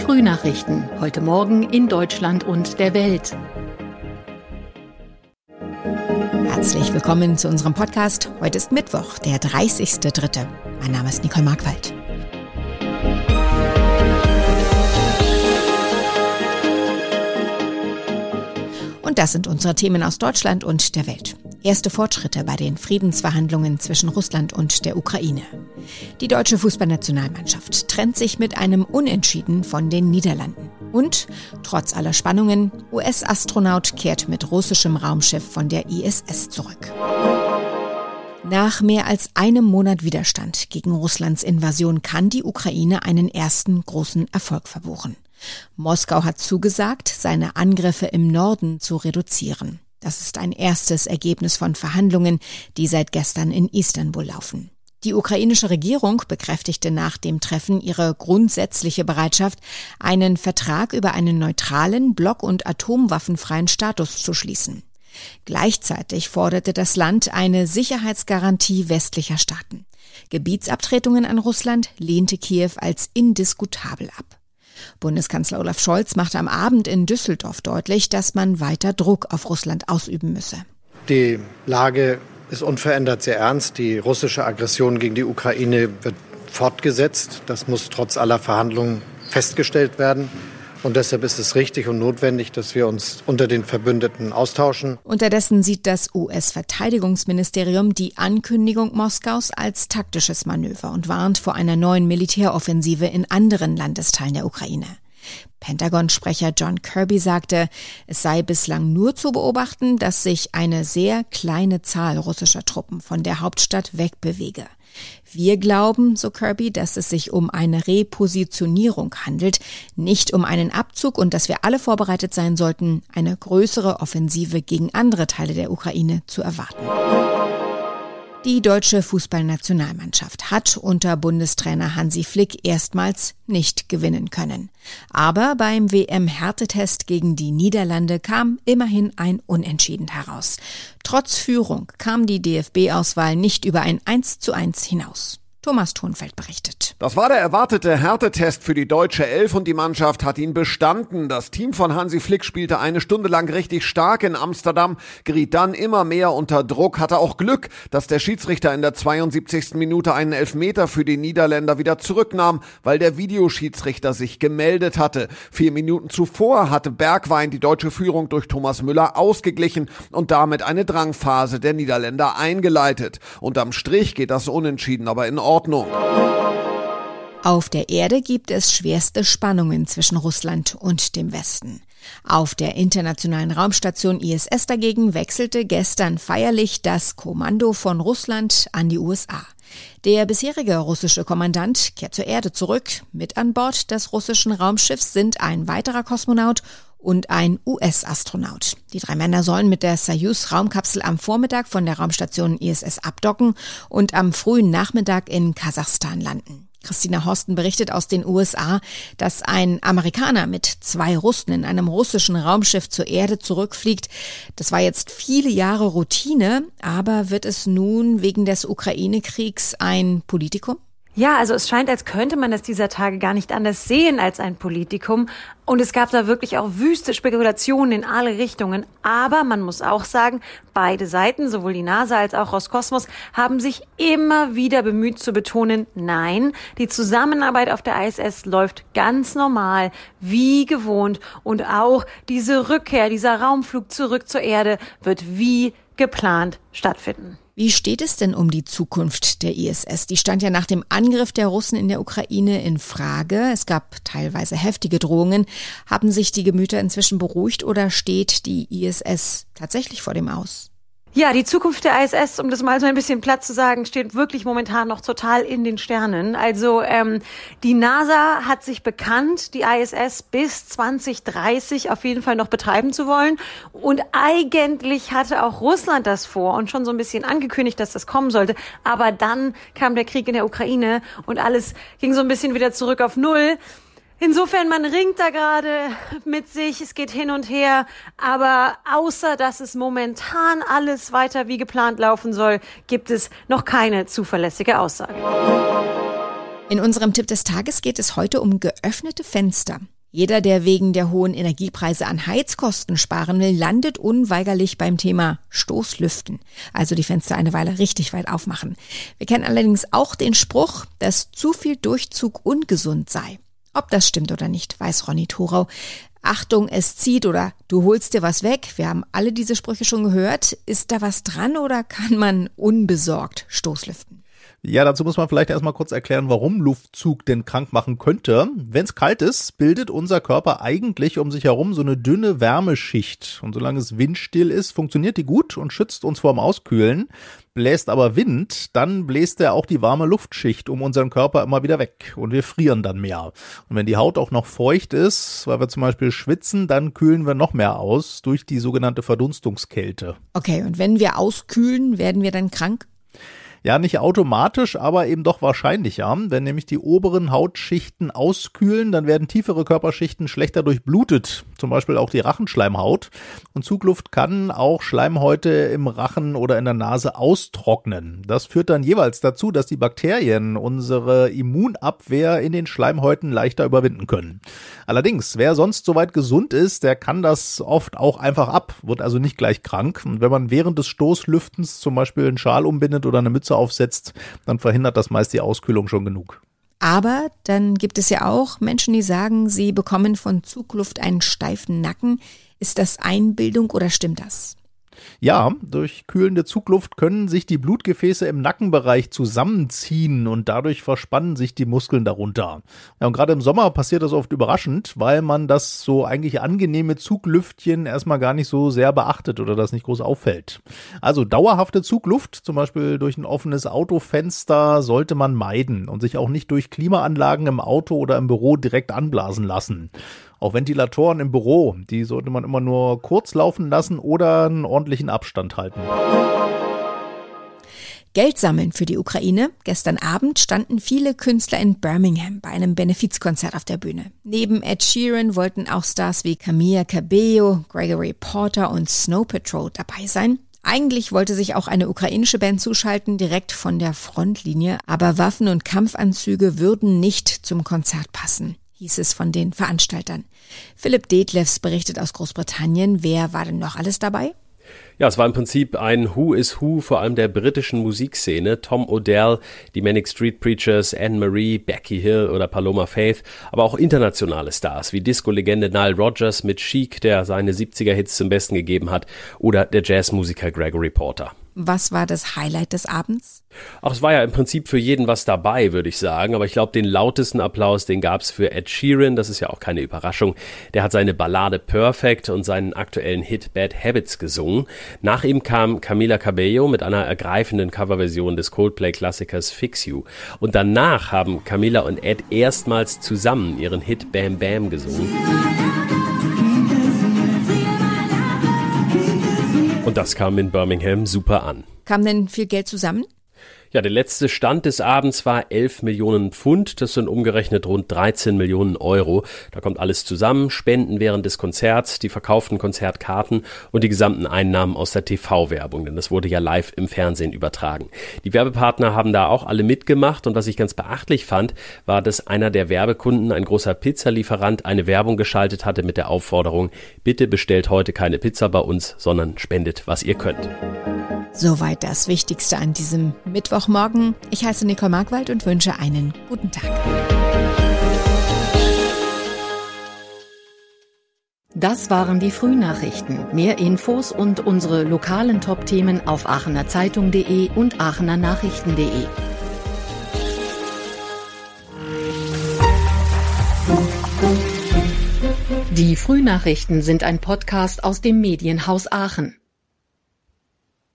Frühnachrichten. Heute Morgen in Deutschland und der Welt. Herzlich willkommen zu unserem Podcast. Heute ist Mittwoch, der 30.03. Mein Name ist Nicole Markwald. Und das sind unsere Themen aus Deutschland und der Welt. Erste Fortschritte bei den Friedensverhandlungen zwischen Russland und der Ukraine. Die deutsche Fußballnationalmannschaft trennt sich mit einem Unentschieden von den Niederlanden. Und, trotz aller Spannungen, US-Astronaut kehrt mit russischem Raumschiff von der ISS zurück. Nach mehr als einem Monat Widerstand gegen Russlands Invasion kann die Ukraine einen ersten großen Erfolg verbuchen. Moskau hat zugesagt, seine Angriffe im Norden zu reduzieren. Das ist ein erstes Ergebnis von Verhandlungen, die seit gestern in Istanbul laufen. Die ukrainische Regierung bekräftigte nach dem Treffen ihre grundsätzliche Bereitschaft, einen Vertrag über einen neutralen, block- und atomwaffenfreien Status zu schließen. Gleichzeitig forderte das Land eine Sicherheitsgarantie westlicher Staaten. Gebietsabtretungen an Russland lehnte Kiew als indiskutabel ab. Bundeskanzler Olaf Scholz machte am Abend in Düsseldorf deutlich, dass man weiter Druck auf Russland ausüben müsse. Die Lage ist unverändert sehr ernst. Die russische Aggression gegen die Ukraine wird fortgesetzt. Das muss trotz aller Verhandlungen festgestellt werden. Und deshalb ist es richtig und notwendig, dass wir uns unter den Verbündeten austauschen. Unterdessen sieht das US-Verteidigungsministerium die Ankündigung Moskaus als taktisches Manöver und warnt vor einer neuen Militäroffensive in anderen Landesteilen der Ukraine. Pentagon-Sprecher John Kirby sagte, es sei bislang nur zu beobachten, dass sich eine sehr kleine Zahl russischer Truppen von der Hauptstadt wegbewege. Wir glauben, so Kirby, dass es sich um eine Repositionierung handelt, nicht um einen Abzug und dass wir alle vorbereitet sein sollten, eine größere Offensive gegen andere Teile der Ukraine zu erwarten. Die deutsche Fußballnationalmannschaft hat unter Bundestrainer Hansi Flick erstmals nicht gewinnen können. Aber beim WM-Härtetest gegen die Niederlande kam immerhin ein Unentschieden heraus. Trotz Führung kam die DFB-Auswahl nicht über ein 1:1 hinaus. Thomas Thonfeld berichtet. Das war der erwartete Härtetest für die deutsche Elf und die Mannschaft hat ihn bestanden. Das Team von Hansi Flick spielte eine Stunde lang richtig stark in Amsterdam, geriet dann immer mehr unter Druck, hatte auch Glück, dass der Schiedsrichter in der 72. Minute einen Elfmeter für die Niederländer wieder zurücknahm, weil der Videoschiedsrichter sich gemeldet hatte. 4 Minuten zuvor hatte Bergwijn die deutsche Führung durch Thomas Müller ausgeglichen und damit eine Drangphase der Niederländer eingeleitet. Unterm Strich geht das Unentschieden aber in Ordnung. Auf der Erde gibt es schwerste Spannungen zwischen Russland und dem Westen. Auf der internationalen Raumstation ISS dagegen wechselte gestern feierlich das Kommando von Russland an die USA. Der bisherige russische Kommandant kehrt zur Erde zurück. Mit an Bord des russischen Raumschiffs sind ein weiterer Kosmonaut und ein US-Astronaut. Die 3 Männer sollen mit der Soyuz-Raumkapsel am Vormittag von der Raumstation ISS abdocken und am frühen Nachmittag in Kasachstan landen. Christina Horsten berichtet aus den USA, dass ein Amerikaner mit 2 Russen in einem russischen Raumschiff zur Erde zurückfliegt. Das war jetzt viele Jahre Routine, aber wird es nun wegen des Ukraine-Kriegs ein Politikum? Ja, also es scheint, als könnte man es dieser Tage gar nicht anders sehen als ein Politikum. Und es gab da wirklich auch wüste Spekulationen in alle Richtungen. Aber man muss auch sagen, beide Seiten, sowohl die NASA als auch Roskosmos, haben sich immer wieder bemüht zu betonen, nein, die Zusammenarbeit auf der ISS läuft ganz normal, wie gewohnt. Und auch diese Rückkehr, dieser Raumflug zurück zur Erde wird wie geplant stattfinden. Wie steht es denn um die Zukunft der ISS? Die stand ja nach dem Angriff der Russen in der Ukraine in Frage. Es gab teilweise heftige Drohungen. Haben sich die Gemüter inzwischen beruhigt oder steht die ISS tatsächlich vor dem Aus? Ja, die Zukunft der ISS, um das mal so ein bisschen platt zu sagen, steht wirklich momentan noch total in den Sternen. Also die NASA hat sich bekannt, die ISS bis 2030 auf jeden Fall noch betreiben zu wollen. Und eigentlich hatte auch Russland das vor und schon so ein bisschen angekündigt, dass das kommen sollte. Aber dann kam der Krieg in der Ukraine und alles ging so ein bisschen wieder zurück auf Null. Insofern, man ringt da gerade mit sich, es geht hin und her, aber außer dass es momentan alles weiter wie geplant laufen soll, gibt es noch keine zuverlässige Aussage. In unserem Tipp des Tages geht es heute um geöffnete Fenster. Jeder, der wegen der hohen Energiepreise an Heizkosten sparen will, landet unweigerlich beim Thema Stoßlüften. Also die Fenster eine Weile richtig weit aufmachen. Wir kennen allerdings auch den Spruch, dass zu viel Durchzug ungesund sei. Ob das stimmt oder nicht, weiß Ronny Thorau. Achtung, es zieht oder du holst dir was weg. Wir haben alle diese Sprüche schon gehört. Ist da was dran oder kann man unbesorgt Stoßlüften? Ja, dazu muss man vielleicht erstmal kurz erklären, warum Luftzug denn krank machen könnte. Wenn es kalt ist, bildet unser Körper eigentlich um sich herum so eine dünne Wärmeschicht. Und solange es windstill ist, funktioniert die gut und schützt uns vor dem Auskühlen. Bläst aber Wind, dann bläst er auch die warme Luftschicht um unseren Körper immer wieder weg und wir frieren dann mehr. Und wenn die Haut auch noch feucht ist, weil wir zum Beispiel schwitzen, dann kühlen wir noch mehr aus durch die sogenannte Verdunstungskälte. Okay, und wenn wir auskühlen, werden wir dann krank? Ja, nicht automatisch, aber eben doch wahrscheinlicher. Wenn nämlich die oberen Hautschichten auskühlen, dann werden tiefere Körperschichten schlechter durchblutet, zum Beispiel auch die Rachenschleimhaut. Und Zugluft kann auch Schleimhäute im Rachen oder in der Nase austrocknen. Das führt dann jeweils dazu, dass die Bakterien unsere Immunabwehr in den Schleimhäuten leichter überwinden können. Allerdings, wer sonst soweit gesund ist, der kann das oft auch einfach ab, wird also nicht gleich krank. Und wenn man während des Stoßlüftens zum Beispiel einen Schal umbindet oder eine Mütze aufsetzt, dann verhindert das meist die Auskühlung schon genug. Aber dann gibt es ja auch Menschen, die sagen, sie bekommen von Zugluft einen steifen Nacken. Ist das Einbildung oder stimmt das? Ja, durch kühlende Zugluft können sich die Blutgefäße im Nackenbereich zusammenziehen und dadurch verspannen sich die Muskeln darunter. Ja, und gerade im Sommer passiert das oft überraschend, weil man das so eigentlich angenehme Zuglüftchen erstmal gar nicht so sehr beachtet oder das nicht groß auffällt. Also dauerhafte Zugluft, zum Beispiel durch ein offenes Autofenster, sollte man meiden und sich auch nicht durch Klimaanlagen im Auto oder im Büro direkt anblasen lassen. Auch Ventilatoren im Büro, die sollte man immer nur kurz laufen lassen oder einen ordentlichen Abstand halten. Geld sammeln für die Ukraine. Gestern Abend standen viele Künstler in Birmingham bei einem Benefizkonzert auf der Bühne. Neben Ed Sheeran wollten auch Stars wie Camila Cabello, Gregory Porter und Snow Patrol dabei sein. Eigentlich wollte sich auch eine ukrainische Band zuschalten, direkt von der Frontlinie, aber Waffen und Kampfanzüge würden nicht zum Konzert passen, hieß es von den Veranstaltern. Philipp Detlefs berichtet aus Großbritannien. Wer war denn noch alles dabei? Ja, es war im Prinzip ein Who is Who, vor allem der britischen Musikszene. Tom Odell, die Manic Street Preachers, Anne-Marie, Becky Hill oder Paloma Faith, aber auch internationale Stars wie Disco-Legende Nile Rodgers mit Chic, der seine 70er-Hits zum Besten gegeben hat, oder der Jazzmusiker Gregory Porter. Was war das Highlight des Abends? Ach, es war ja im Prinzip für jeden was dabei, würde ich sagen. Aber ich glaube, den lautesten Applaus, den gab's für Ed Sheeran. Das ist ja auch keine Überraschung. Der hat seine Ballade Perfect und seinen aktuellen Hit Bad Habits gesungen. Nach ihm kam Camila Cabello mit einer ergreifenden Coverversion des Coldplay-Klassikers Fix You. Und danach haben Camila und Ed erstmals zusammen ihren Hit Bam Bam gesungen. Und das kam in Birmingham super an. Kam denn viel Geld zusammen? Ja, der letzte Stand des Abends war 11 Millionen Pfund. Das sind umgerechnet rund 13 Millionen Euro. Da kommt alles zusammen. Spenden während des Konzerts, die verkauften Konzertkarten und die gesamten Einnahmen aus der TV-Werbung. Denn das wurde ja live im Fernsehen übertragen. Die Werbepartner haben da auch alle mitgemacht. Und was ich ganz beachtlich fand, war, dass einer der Werbekunden, ein großer Pizzalieferant, eine Werbung geschaltet hatte mit der Aufforderung: Bitte bestellt heute keine Pizza bei uns, sondern spendet, was ihr könnt. Soweit das Wichtigste an diesem Mittwochmorgen. Ich heiße Nicole Markwald und wünsche einen guten Tag. Das waren die Frühnachrichten. Mehr Infos und unsere lokalen Top-Themen auf aachenerzeitung.de und aachenernachrichten.de. Die Frühnachrichten sind ein Podcast aus dem Medienhaus Aachen.